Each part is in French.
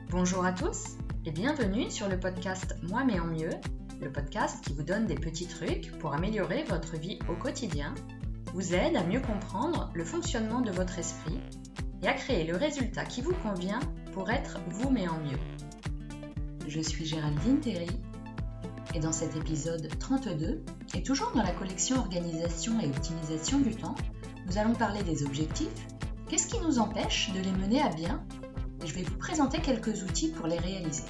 Bonjour à tous et bienvenue sur le podcast Moi mais en mieux, le podcast qui vous donne des petits trucs pour améliorer votre vie au quotidien, vous aide à mieux comprendre le fonctionnement de votre esprit et à créer le résultat qui vous convient pour être vous mais en mieux. Je suis Géraldine Terry et dans cet épisode 32, et toujours dans la collection Organisation et optimisation du temps, nous allons parler des objectifs, qu'est-ce qui nous empêche de les mener à bien, et je vais vous présenter quelques outils pour les réaliser.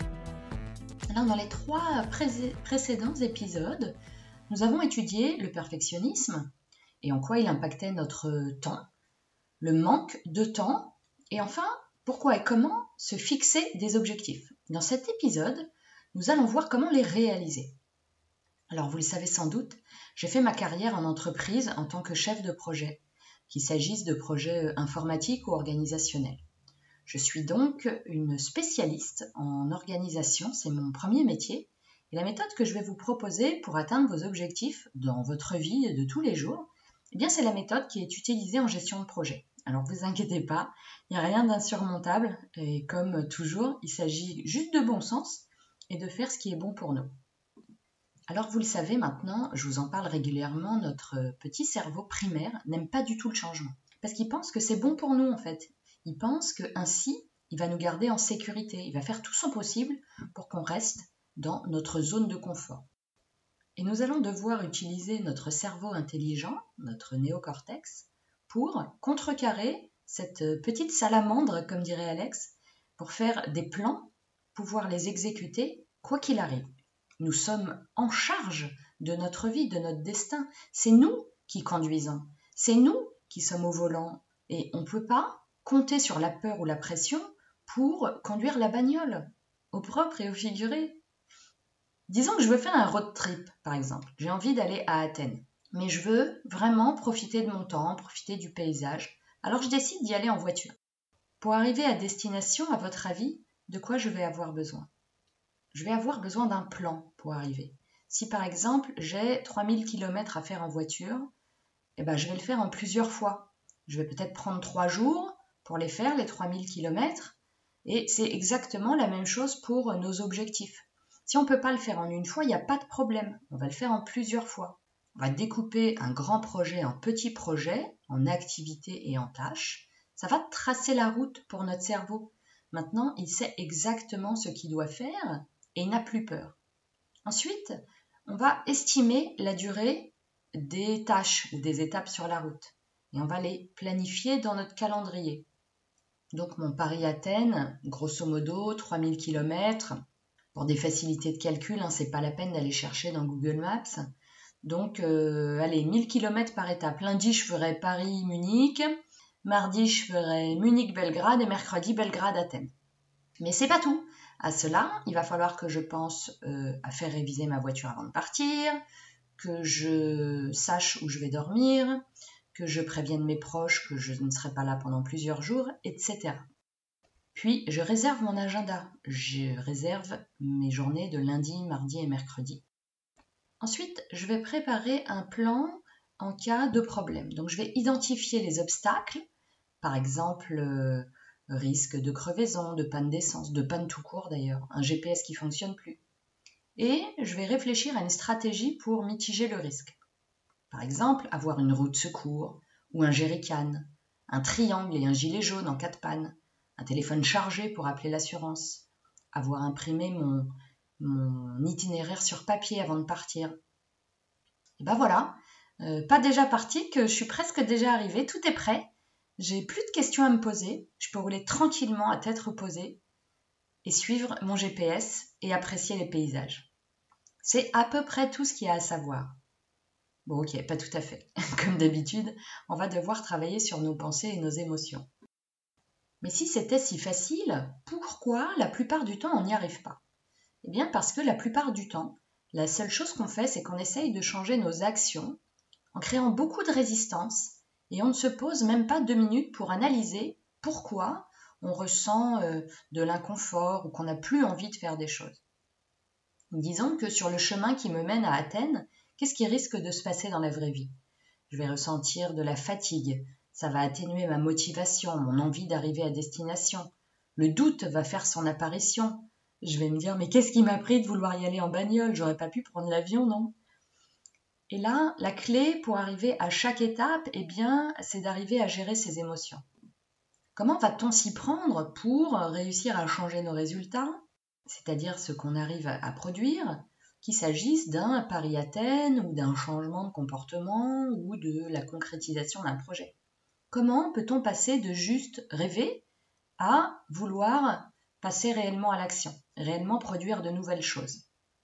Alors dans les 3 précédents épisodes, nous avons étudié le perfectionnisme et en quoi il impactait notre temps, le manque de temps et enfin pourquoi et comment se fixer des objectifs. Dans cet épisode, nous allons voir comment les réaliser. Alors vous le savez sans doute, j'ai fait ma carrière en entreprise en tant que chef de projet, qu'il s'agisse de projets informatiques ou organisationnels. Je suis donc une spécialiste en organisation, c'est mon premier métier, et la méthode que je vais vous proposer pour atteindre vos objectifs dans votre vie de tous les jours, eh bien c'est la méthode qui est utilisée en gestion de projet. Alors vous inquiétez pas, il n'y a rien d'insurmontable, et comme toujours, il s'agit juste de bon sens et de faire ce qui est bon pour nous. Alors vous le savez maintenant, je vous en parle régulièrement, notre petit cerveau primaire n'aime pas du tout le changement, parce qu'il pense que c'est bon pour nous en fait. Il pense qu'ainsi, il va nous garder en sécurité, il va faire tout son possible pour qu'on reste dans notre zone de confort. Et nous allons devoir utiliser notre cerveau intelligent, notre néocortex, pour contrecarrer cette petite salamandre, comme dirait Alex, pour faire des plans, pouvoir les exécuter quoi qu'il arrive. Nous sommes en charge de notre vie, de notre destin. C'est nous qui conduisons, c'est nous qui sommes au volant et on ne peut pas compter sur la peur ou la pression pour conduire la bagnole, au propre et au figuré. Disons que je veux faire un road trip, par exemple. J'ai envie d'aller à Athènes. Mais je veux vraiment profiter de mon temps, profiter du paysage. Alors je décide d'y aller en voiture. Pour arriver à destination, à votre avis, de quoi je vais avoir besoin ? Je vais avoir besoin d'un plan pour arriver. Si par exemple j'ai 3000 km à faire en voiture, je vais le faire en plusieurs fois. Je vais peut-être prendre 3 jours pour les faire, les 3000 km. Et c'est exactement la même chose pour nos objectifs. Si on ne peut pas le faire en une fois, il n'y a pas de problème. On va le faire en plusieurs fois. On va découper un grand projet en petits projets, en activités et en tâches. Ça va tracer la route pour notre cerveau. Maintenant, il sait exactement ce qu'il doit faire et il n'a plus peur. Ensuite, on va estimer la durée des tâches ou des étapes sur la route. Et on va les planifier dans notre calendrier. Donc mon Paris-Athènes, grosso modo, 3000 km. Pour des facilités de calcul, c'est pas la peine d'aller chercher dans Google Maps. Donc, 1000 km par étape. Lundi, je ferai Paris-Munich. Mardi, je ferai Munich-Belgrade et mercredi, Belgrade-Athènes. Mais c'est pas tout. À cela, il va falloir que je pense à faire réviser ma voiture avant de partir, que je sache où je vais dormir, que je prévienne mes proches que je ne serai pas là pendant plusieurs jours, etc. Puis, je réserve mon agenda. Je réserve mes journées de lundi, mardi et mercredi. Ensuite, je vais préparer un plan en cas de problème. Donc, je vais identifier les obstacles, par exemple, risque de crevaison, de panne d'essence, de panne tout court d'ailleurs, un GPS qui ne fonctionne plus. Et je vais réfléchir à une stratégie pour mitiger le risque. Par exemple, avoir une roue de secours ou un jerrycan, un triangle et un gilet jaune en cas de panne, un téléphone chargé pour appeler l'assurance, avoir imprimé mon itinéraire sur papier avant de partir. Et voilà, pas déjà parti que je suis presque déjà arrivée, tout est prêt, j'ai plus de questions à me poser, je peux rouler tranquillement à tête reposée et suivre mon GPS et apprécier les paysages. C'est à peu près tout ce qu'il y a à savoir. Bon ok, pas tout à fait. Comme d'habitude, on va devoir travailler sur nos pensées et nos émotions. Mais si c'était si facile, pourquoi la plupart du temps on n'y arrive pas ? Eh bien parce que la plupart du temps, la seule chose qu'on fait, c'est qu'on essaye de changer nos actions en créant beaucoup de résistance et on ne se pose même pas 2 minutes pour analyser pourquoi on ressent de l'inconfort ou qu'on n'a plus envie de faire des choses. Disons que sur le chemin qui me mène à Athènes, qu'est-ce qui risque de se passer dans la vraie vie ? Je vais ressentir de la fatigue, ça va atténuer ma motivation, mon envie d'arriver à destination. Le doute va faire son apparition. Je vais me dire, mais qu'est-ce qui m'a pris de vouloir y aller en bagnole? J'aurais pas pu prendre l'avion, non? Et là, la clé pour arriver à chaque étape, c'est d'arriver à gérer ses émotions. Comment va-t-on s'y prendre pour réussir à changer nos résultats, c'est-à-dire ce qu'on arrive à produire, qu'il s'agisse d'un pari Athènes ou d'un changement de comportement ou de la concrétisation d'un projet? Comment peut-on passer de juste rêver à vouloir passer réellement à l'action, réellement produire de nouvelles choses?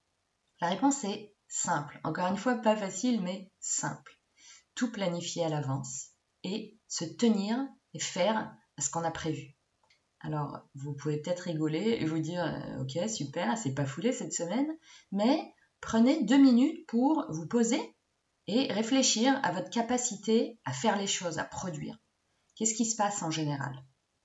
La réponse est simple. Encore une fois, pas facile, mais simple. Tout planifier à l'avance et se tenir et faire ce qu'on a prévu. Alors, vous pouvez peut-être rigoler et vous dire « Ok, super, c'est pas foulé cette semaine », mais prenez 2 minutes pour vous poser et réfléchir à votre capacité à faire les choses, à produire. Qu'est-ce qui se passe en général?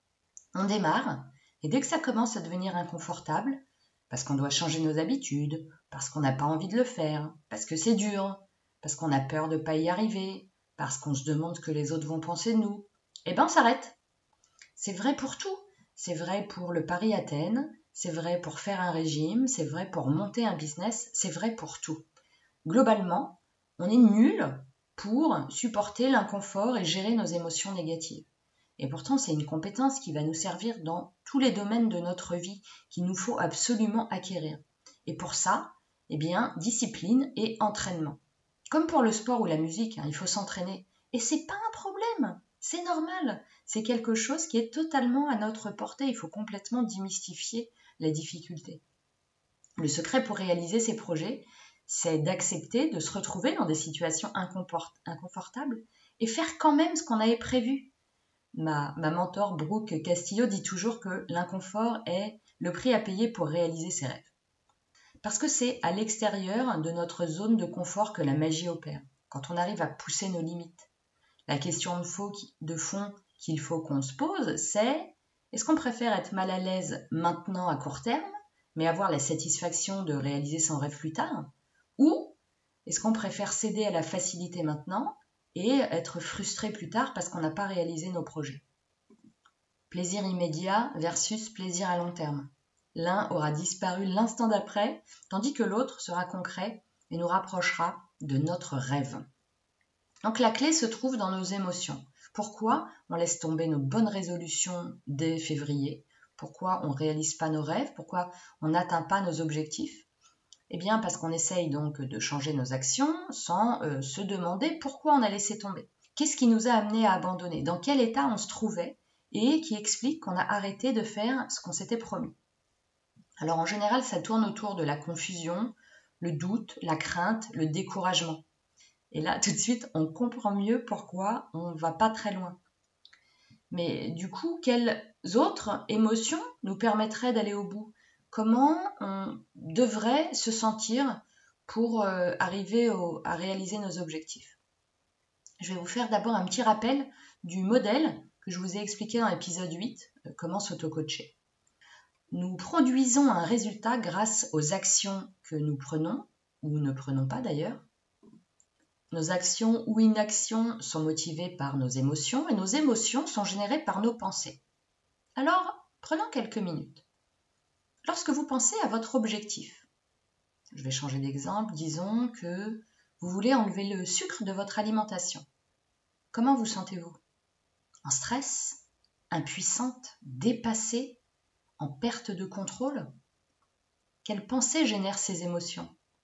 On démarre et dès que ça commence à devenir inconfortable, parce qu'on doit changer nos habitudes, parce qu'on n'a pas envie de le faire, parce que c'est dur, parce qu'on a peur de ne pas y arriver, parce qu'on se demande ce que les autres vont penser de nous, on s'arrête. C'est vrai pour tout. C'est vrai pour le pari Athènes, c'est vrai pour faire un régime, c'est vrai pour monter un business, c'est vrai pour tout. Globalement, on est nul pour supporter l'inconfort et gérer nos émotions négatives. Et pourtant, c'est une compétence qui va nous servir dans tous les domaines de notre vie, qu'il nous faut absolument acquérir. Et pour ça, discipline et entraînement. Comme pour le sport ou la musique, il faut s'entraîner. Et c'est pas un problème, c'est normal. C'est quelque chose qui est totalement à notre portée. Il faut complètement démystifier la difficulté. Le secret pour réaliser ces projets, c'est d'accepter de se retrouver dans des situations inconfortables et faire quand même ce qu'on avait prévu. Ma mentor Brooke Castillo dit toujours que l'inconfort est le prix à payer pour réaliser ses rêves. Parce que c'est à l'extérieur de notre zone de confort que la magie opère, quand on arrive à pousser nos limites. La question de fond qu'il faut qu'on se pose, c'est est-ce qu'on préfère être mal à l'aise maintenant à court terme, mais avoir la satisfaction de réaliser son rêve plus tard, ou est-ce qu'on préfère céder à la facilité maintenant et être frustré plus tard parce qu'on n'a pas réalisé nos projets? Plaisir immédiat versus plaisir à long terme. L'un aura disparu l'instant d'après, tandis que l'autre sera concret et nous rapprochera de notre rêve. Donc la clé se trouve dans nos émotions. Pourquoi on laisse tomber nos bonnes résolutions dès février? Pourquoi on ne réalise pas nos rêves? Pourquoi on n'atteint pas nos objectifs? Parce qu'on essaye donc de changer nos actions sans se demander pourquoi on a laissé tomber. Qu'est-ce qui nous a amené à abandonner? Dans quel état on se trouvait? Et qui explique qu'on a arrêté de faire ce qu'on s'était promis. Alors en général, ça tourne autour de la confusion, le doute, la crainte, le découragement. Et là, tout de suite, on comprend mieux pourquoi on ne va pas très loin. Mais du coup, quelles autres émotions nous permettraient d'aller au bout? Comment on devrait se sentir pour arriver à réaliser nos objectifs? Je vais vous faire d'abord un petit rappel du modèle que je vous ai expliqué dans l'épisode 8, comment s'auto-coacher. Nous produisons un résultat grâce aux actions que nous prenons, ou ne prenons pas d'ailleurs. Nos actions ou inactions sont motivées par nos émotions et nos émotions sont générées par nos pensées. Alors, prenons quelques minutes. Lorsque vous pensez à votre objectif, je vais changer d'exemple, disons que vous voulez enlever le sucre de votre alimentation. Comment vous sentez-vous? En stress? Impuissante? Dépassée? En perte de contrôle? Quelle pensée génère ces émotions?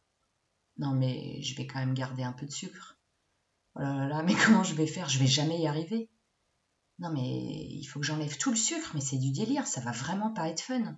Non mais je vais quand même garder un peu de sucre. Oh là là, mais comment je vais faire? Je vais jamais y arriver. Non mais il faut que j'enlève tout le sucre, mais c'est du délire, ça va vraiment pas être fun.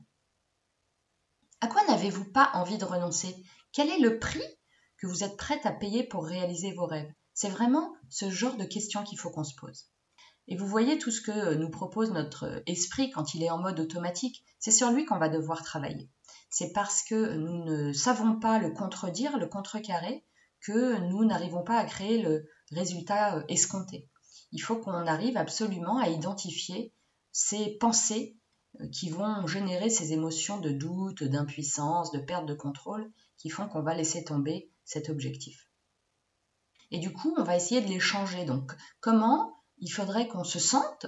À quoi n'avez-vous pas envie de renoncer? Quel est le prix que vous êtes prête à payer pour réaliser vos rêves? C'est vraiment ce genre de questions qu'il faut qu'on se pose. Et vous voyez tout ce que nous propose notre esprit quand il est en mode automatique, c'est sur lui qu'on va devoir travailler. C'est parce que nous ne savons pas le contredire, le contrecarrer, que nous n'arrivons pas à créer le résultat escompté. Il faut qu'on arrive absolument à identifier ces pensées qui vont générer ces émotions de doute, d'impuissance, de perte de contrôle, qui font qu'on va laisser tomber cet objectif. Et du coup, on va essayer de les changer. Donc, comment il faudrait qu'on se sente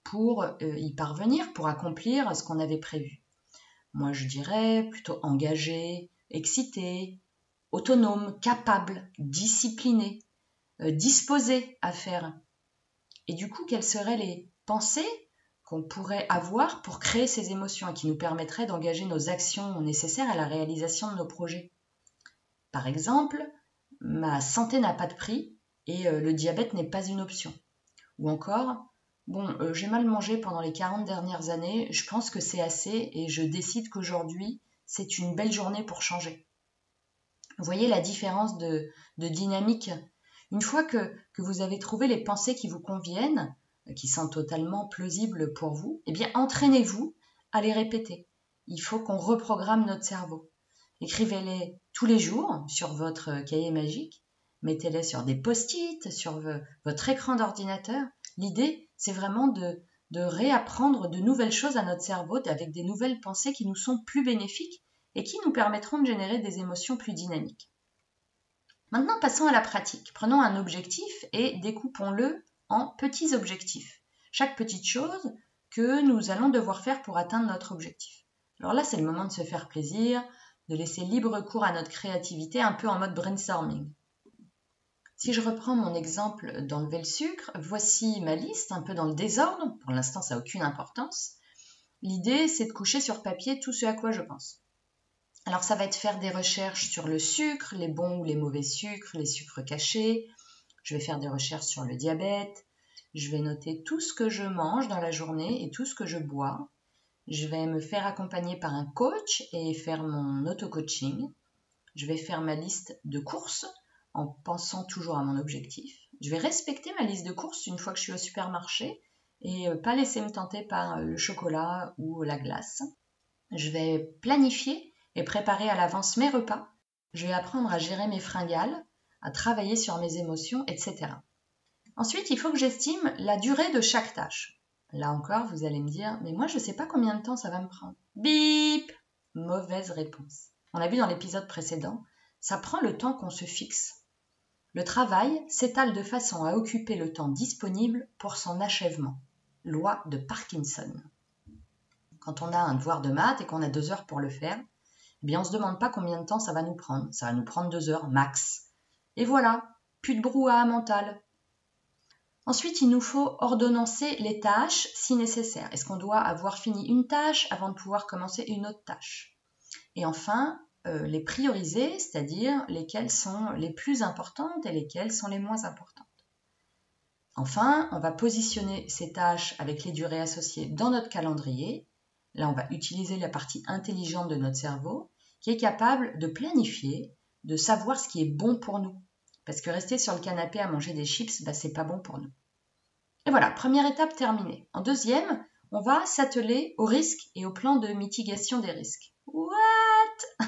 pour y parvenir, pour accomplir ce qu'on avait prévu? Moi, je dirais plutôt engagé, excité, autonome, capable, discipliné, disposé à faire. Et du coup, quelles seraient les pensées qu'on pourrait avoir pour créer ces émotions et qui nous permettraient d'engager nos actions nécessaires à la réalisation de nos projets? Par exemple, ma santé n'a pas de prix et le diabète n'est pas une option. Ou encore, j'ai mal mangé pendant les 40 dernières années, je pense que c'est assez et je décide qu'aujourd'hui, c'est une belle journée pour changer. Vous voyez la différence de dynamique? Une fois que vous avez trouvé les pensées qui vous conviennent, qui sont totalement plausibles pour vous, eh bien entraînez-vous à les répéter. Il faut qu'on reprogramme notre cerveau. Écrivez-les tous les jours sur votre cahier magique, mettez-les sur des post-it, sur votre écran d'ordinateur. L'idée, c'est vraiment de réapprendre de nouvelles choses à notre cerveau avec des nouvelles pensées qui nous sont plus bénéfiques et qui nous permettront de générer des émotions plus dynamiques. Maintenant, passons à la pratique. Prenons un objectif et découpons-le en petits objectifs. Chaque petite chose que nous allons devoir faire pour atteindre notre objectif. Alors là, c'est le moment de se faire plaisir, de laisser libre cours à notre créativité, un peu en mode brainstorming. Si je reprends mon exemple d'enlever le sucre, voici ma liste, un peu dans le désordre. Pour l'instant, ça n'a aucune importance. L'idée, c'est de coucher sur papier tout ce à quoi je pense. Alors ça va être faire des recherches sur le sucre, les bons ou les mauvais sucres, les sucres cachés. Je vais faire des recherches sur le diabète. Je vais noter tout ce que je mange dans la journée et tout ce que je bois. Je vais me faire accompagner par un coach et faire mon auto-coaching. Je vais faire ma liste de courses en pensant toujours à mon objectif. Je vais respecter ma liste de courses une fois que je suis au supermarché et pas laisser me tenter par le chocolat ou la glace. Je vais planifier et préparer à l'avance mes repas. Je vais apprendre à gérer mes fringales, à travailler sur mes émotions, etc. Ensuite, il faut que j'estime la durée de chaque tâche. Là encore, vous allez me dire, mais moi je ne sais pas combien de temps ça va me prendre. Bip! Mauvaise réponse. On a vu dans l'épisode précédent, ça prend le temps qu'on se fixe. Le travail s'étale de façon à occuper le temps disponible pour son achèvement. Loi de Parkinson. Quand on a un devoir de maths et qu'on a 2 heures pour le faire, eh bien on ne se demande pas combien de temps ça va nous prendre. Ça va nous prendre 2 heures max. Et voilà, plus de brouhaha mental. Ensuite, il nous faut ordonnancer les tâches si nécessaire. Est-ce qu'on doit avoir fini une tâche avant de pouvoir commencer une autre tâche? Et enfin, les prioriser, c'est-à-dire lesquelles sont les plus importantes et lesquelles sont les moins importantes. Enfin, on va positionner ces tâches avec les durées associées dans notre calendrier. Là, on va utiliser la partie intelligente de notre cerveau qui est capable de planifier, de savoir ce qui est bon pour nous. Parce que rester sur le canapé à manger des chips, c'est pas bon pour nous. Et voilà, première étape terminée. En deuxième, on va s'atteler aux risques et au plan de mitigation des risques. What?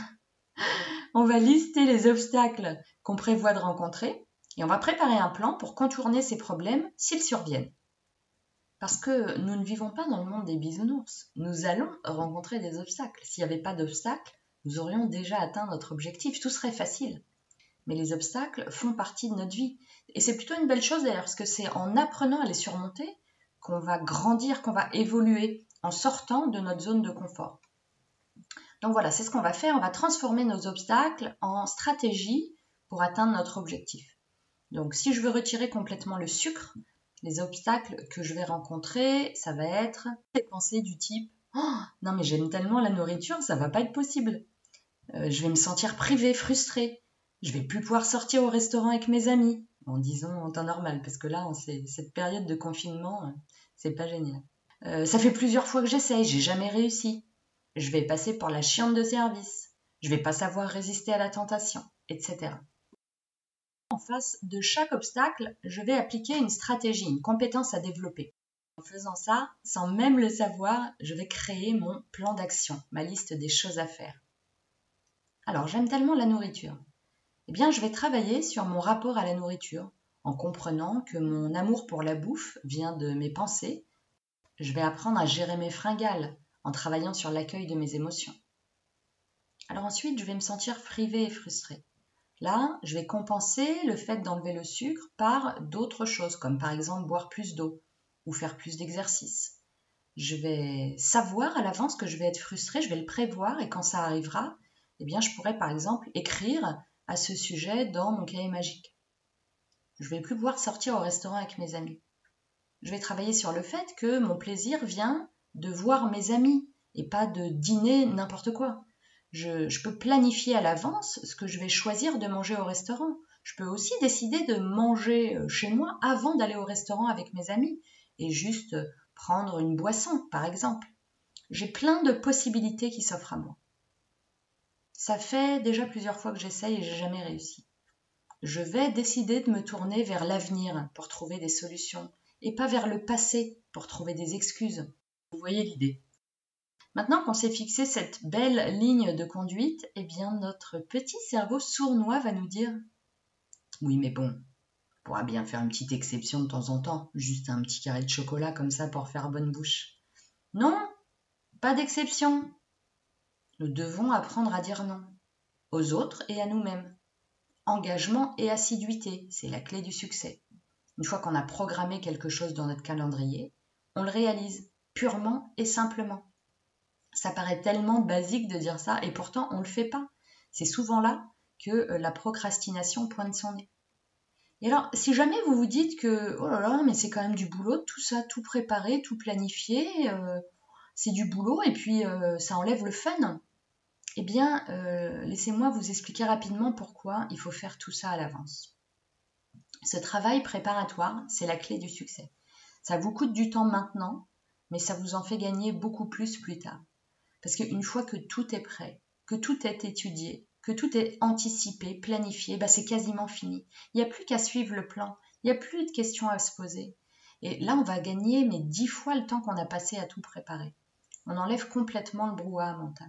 On va lister les obstacles qu'on prévoit de rencontrer et on va préparer un plan pour contourner ces problèmes s'ils surviennent. Parce que nous ne vivons pas dans le monde des bisounours. Nous allons rencontrer des obstacles. S'il n'y avait pas d'obstacles, nous aurions déjà atteint notre objectif. Tout serait facile. Mais les obstacles font partie de notre vie. Et c'est plutôt une belle chose d'ailleurs, parce que c'est en apprenant à les surmonter qu'on va grandir, qu'on va évoluer en sortant de notre zone de confort. Donc voilà, c'est ce qu'on va faire. On va transformer nos obstacles en stratégie pour atteindre notre objectif. Donc si je veux retirer complètement le sucre, les obstacles que je vais rencontrer, ça va être des pensées du type « Oh, non mais j'aime tellement la nourriture, ça va pas être possible. Je vais me sentir privée, frustrée. Je vais plus pouvoir sortir au restaurant avec mes amis. » Bon, disons en temps normal, parce que là, cette période de confinement, c'est pas génial. Ça fait plusieurs fois que j'essaye, j'ai jamais réussi. Je vais passer pour la chiante de service. Je vais pas savoir résister à la tentation, etc. En face de chaque obstacle, je vais appliquer une stratégie, une compétence à développer. En faisant ça, sans même le savoir, je vais créer mon plan d'action, ma liste des choses à faire. Alors, j'aime tellement la nourriture. Eh bien, je vais travailler sur mon rapport à la nourriture, en comprenant que mon amour pour la bouffe vient de mes pensées. Je vais apprendre à gérer mes fringales, en travaillant sur l'accueil de mes émotions. Alors ensuite, je vais me sentir privée et frustrée. Là, je vais compenser le fait d'enlever le sucre par d'autres choses, comme par exemple boire plus d'eau, ou faire plus d'exercice. Je vais savoir à l'avance que je vais être frustrée, je vais le prévoir et quand ça arrivera, eh bien, je pourrais par exemple écrire à ce sujet dans mon cahier magique. Je ne vais plus pouvoir sortir au restaurant avec mes amis. Je vais travailler sur le fait que mon plaisir vient de voir mes amis et pas de dîner n'importe quoi. Je peux planifier à l'avance ce que je vais choisir de manger au restaurant. Je peux aussi décider de manger chez moi avant d'aller au restaurant avec mes amis et juste prendre une boisson, par exemple. J'ai plein de possibilités qui s'offrent à moi. Ça fait déjà plusieurs fois que j'essaye et j'ai jamais réussi. Je vais décider de me tourner vers l'avenir pour trouver des solutions et pas vers le passé pour trouver des excuses. Vous voyez l'idée. Maintenant qu'on s'est fixé cette belle ligne de conduite, eh bien notre petit cerveau sournois va nous dire « Oui, mais bon, on pourra bien faire une petite exception de temps en temps, juste un petit carré de chocolat comme ça pour faire bonne bouche. » Non, pas d'exception. Nous devons apprendre à dire non, aux autres et à nous-mêmes. Engagement et assiduité, c'est la clé du succès. Une fois qu'on a programmé quelque chose dans notre calendrier, on le réalise purement et simplement. Ça paraît tellement basique de dire ça et pourtant on ne le fait pas. C'est souvent là que la procrastination pointe son nez. Et alors, si jamais vous vous dites que oh là là, mais c'est quand même du boulot, tout ça, tout préparé, tout planifié, c'est du boulot et puis ça enlève le fun, eh bien, laissez-moi vous expliquer rapidement pourquoi il faut faire tout ça à l'avance. Ce travail préparatoire, c'est la clé du succès. Ça vous coûte du temps maintenant, mais ça vous en fait gagner beaucoup plus tard. Parce qu'une fois que tout est prêt, que tout est étudié, que tout est anticipé, planifié, c'est quasiment fini. Il n'y a plus qu'à suivre le plan, il n'y a plus de questions à se poser. Et là, on va gagner 10 fois le temps qu'on a passé à tout préparer. On enlève complètement le brouhaha mental.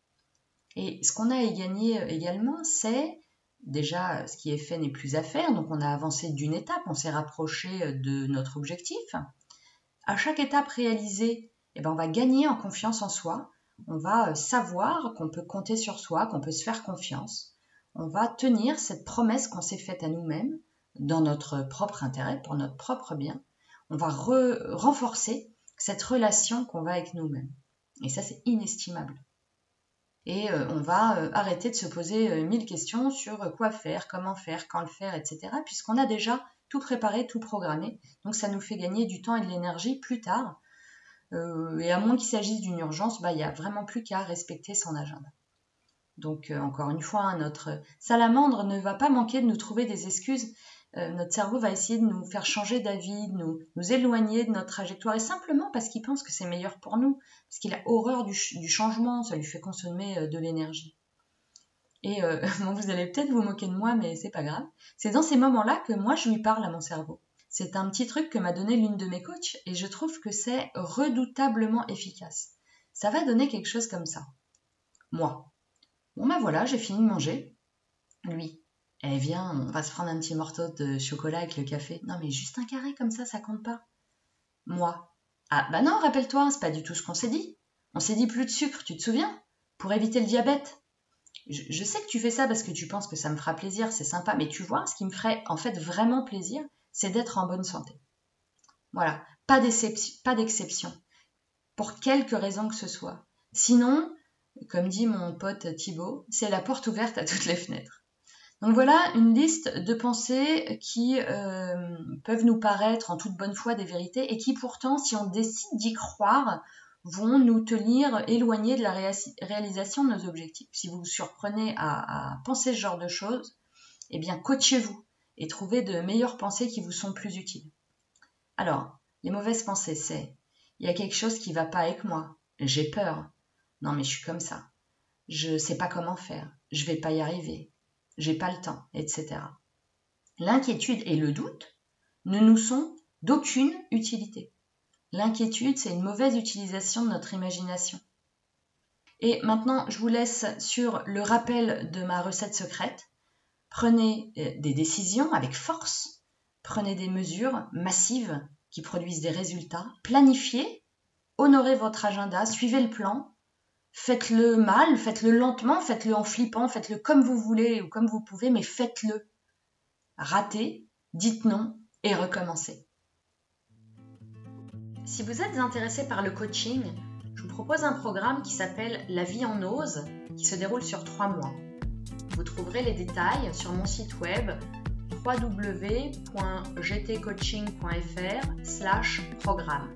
Et ce qu'on a gagné également, c'est déjà ce qui est fait n'est plus à faire, donc on a avancé d'une étape, on s'est rapproché de notre objectif. À chaque étape réalisée, on va gagner en confiance en soi, on va savoir qu'on peut compter sur soi, qu'on peut se faire confiance, on va tenir cette promesse qu'on s'est faite à nous-mêmes, dans notre propre intérêt, pour notre propre bien, on va renforcer cette relation qu'on va avec nous-mêmes. Et ça, c'est inestimable. Et on va arrêter de se poser 1000 questions sur quoi faire, comment faire, quand le faire, etc. puisqu'on a déjà tout préparé, tout programmé. Donc ça nous fait gagner du temps et de l'énergie plus tard. Et à moins qu'il s'agisse d'une urgence, il n'y a vraiment plus qu'à respecter son agenda. Donc encore une fois, notre salamandre ne va pas manquer de nous trouver des excuses. Notre cerveau va essayer de nous faire changer d'avis, de nous éloigner de notre trajectoire, et simplement parce qu'il pense que c'est meilleur pour nous, parce qu'il a horreur du changement, ça lui fait consommer de l'énergie. Et vous allez peut-être vous moquer de moi, mais c'est pas grave. C'est dans ces moments-là que moi je lui parle à mon cerveau. C'est un petit truc que m'a donné l'une de mes coachs, et je trouve que c'est redoutablement efficace. Ça va donner quelque chose comme ça. Moi, bon voilà, j'ai fini de manger. Lui, viens, on va se prendre un petit morceau de chocolat avec le café. Non, mais juste un carré comme ça compte pas. Moi, non, rappelle-toi, c'est pas du tout ce qu'on s'est dit. On s'est dit plus de sucre, tu te souviens? Pour éviter le diabète. Je sais que tu fais ça parce que tu penses que ça me fera plaisir, c'est sympa, mais tu vois, ce qui me ferait en fait vraiment plaisir, c'est d'être en bonne santé. Voilà, pas d'exception, pour quelque raison que ce soit. Sinon, comme dit mon pote Thibaut, c'est la porte ouverte à toutes les fenêtres. Donc voilà une liste de pensées qui peuvent nous paraître en toute bonne foi des vérités et qui pourtant, si on décide d'y croire, vont nous tenir éloignés de la réalisation de nos objectifs. Si vous vous surprenez à penser ce genre de choses, eh bien coachez-vous et trouvez de meilleures pensées qui vous sont plus utiles. Alors, les mauvaises pensées, c'est « il y a quelque chose qui ne va pas avec moi, j'ai peur, non mais je suis comme ça, je ne sais pas comment faire, je ne vais pas y arriver, j'ai pas le temps, etc. » L'inquiétude et le doute ne nous sont d'aucune utilité. L'inquiétude, c'est une mauvaise utilisation de notre imagination. Et maintenant, je vous laisse sur le rappel de ma recette secrète. Prenez des décisions avec force, prenez des mesures massives qui produisent des résultats, planifiez, honorez votre agenda, suivez le plan, faites-le mal, faites-le lentement, faites-le en flippant, faites-le comme vous voulez ou comme vous pouvez, mais faites-le. Ratez, dites non et recommencez. Si vous êtes intéressé par le coaching, je vous propose un programme qui s'appelle La vie en ose, qui se déroule sur 3 mois. Vous trouverez les détails sur mon site web www.gtcoaching.fr/programme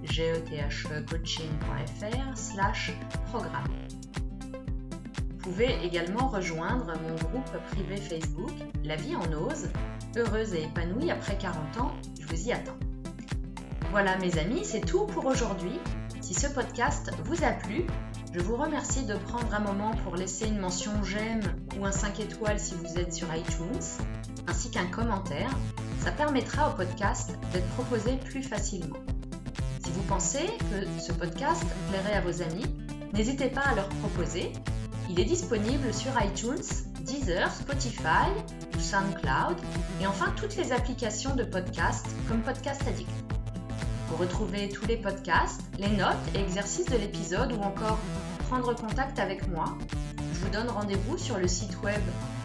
gtcoaching.fr/programme. Vous pouvez également rejoindre mon groupe privé Facebook La vie en ose, heureuse et épanouie après 40 ans, je vous y attends. Voilà mes amis, c'est tout pour aujourd'hui. Si ce podcast vous a plu, je vous remercie de prendre un moment pour laisser une mention j'aime ou un 5 étoiles si vous êtes sur iTunes, ainsi qu'un commentaire. Ça permettra au podcast d'être proposé plus facilement. Si vous pensez que ce podcast plairait à vos amis, n'hésitez pas à leur proposer. Il est disponible sur iTunes, Deezer, Spotify ou SoundCloud et enfin toutes les applications de podcast comme Podcast Addict. Pour retrouver tous les podcasts, les notes et exercices de l'épisode ou encore prendre contact avec moi, je vous donne rendez-vous sur le site web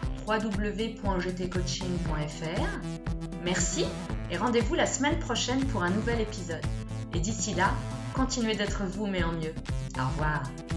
www.gtcoaching.fr. Merci et rendez-vous la semaine prochaine pour un nouvel épisode. Et d'ici là, continuez d'être vous mais en mieux. Au revoir.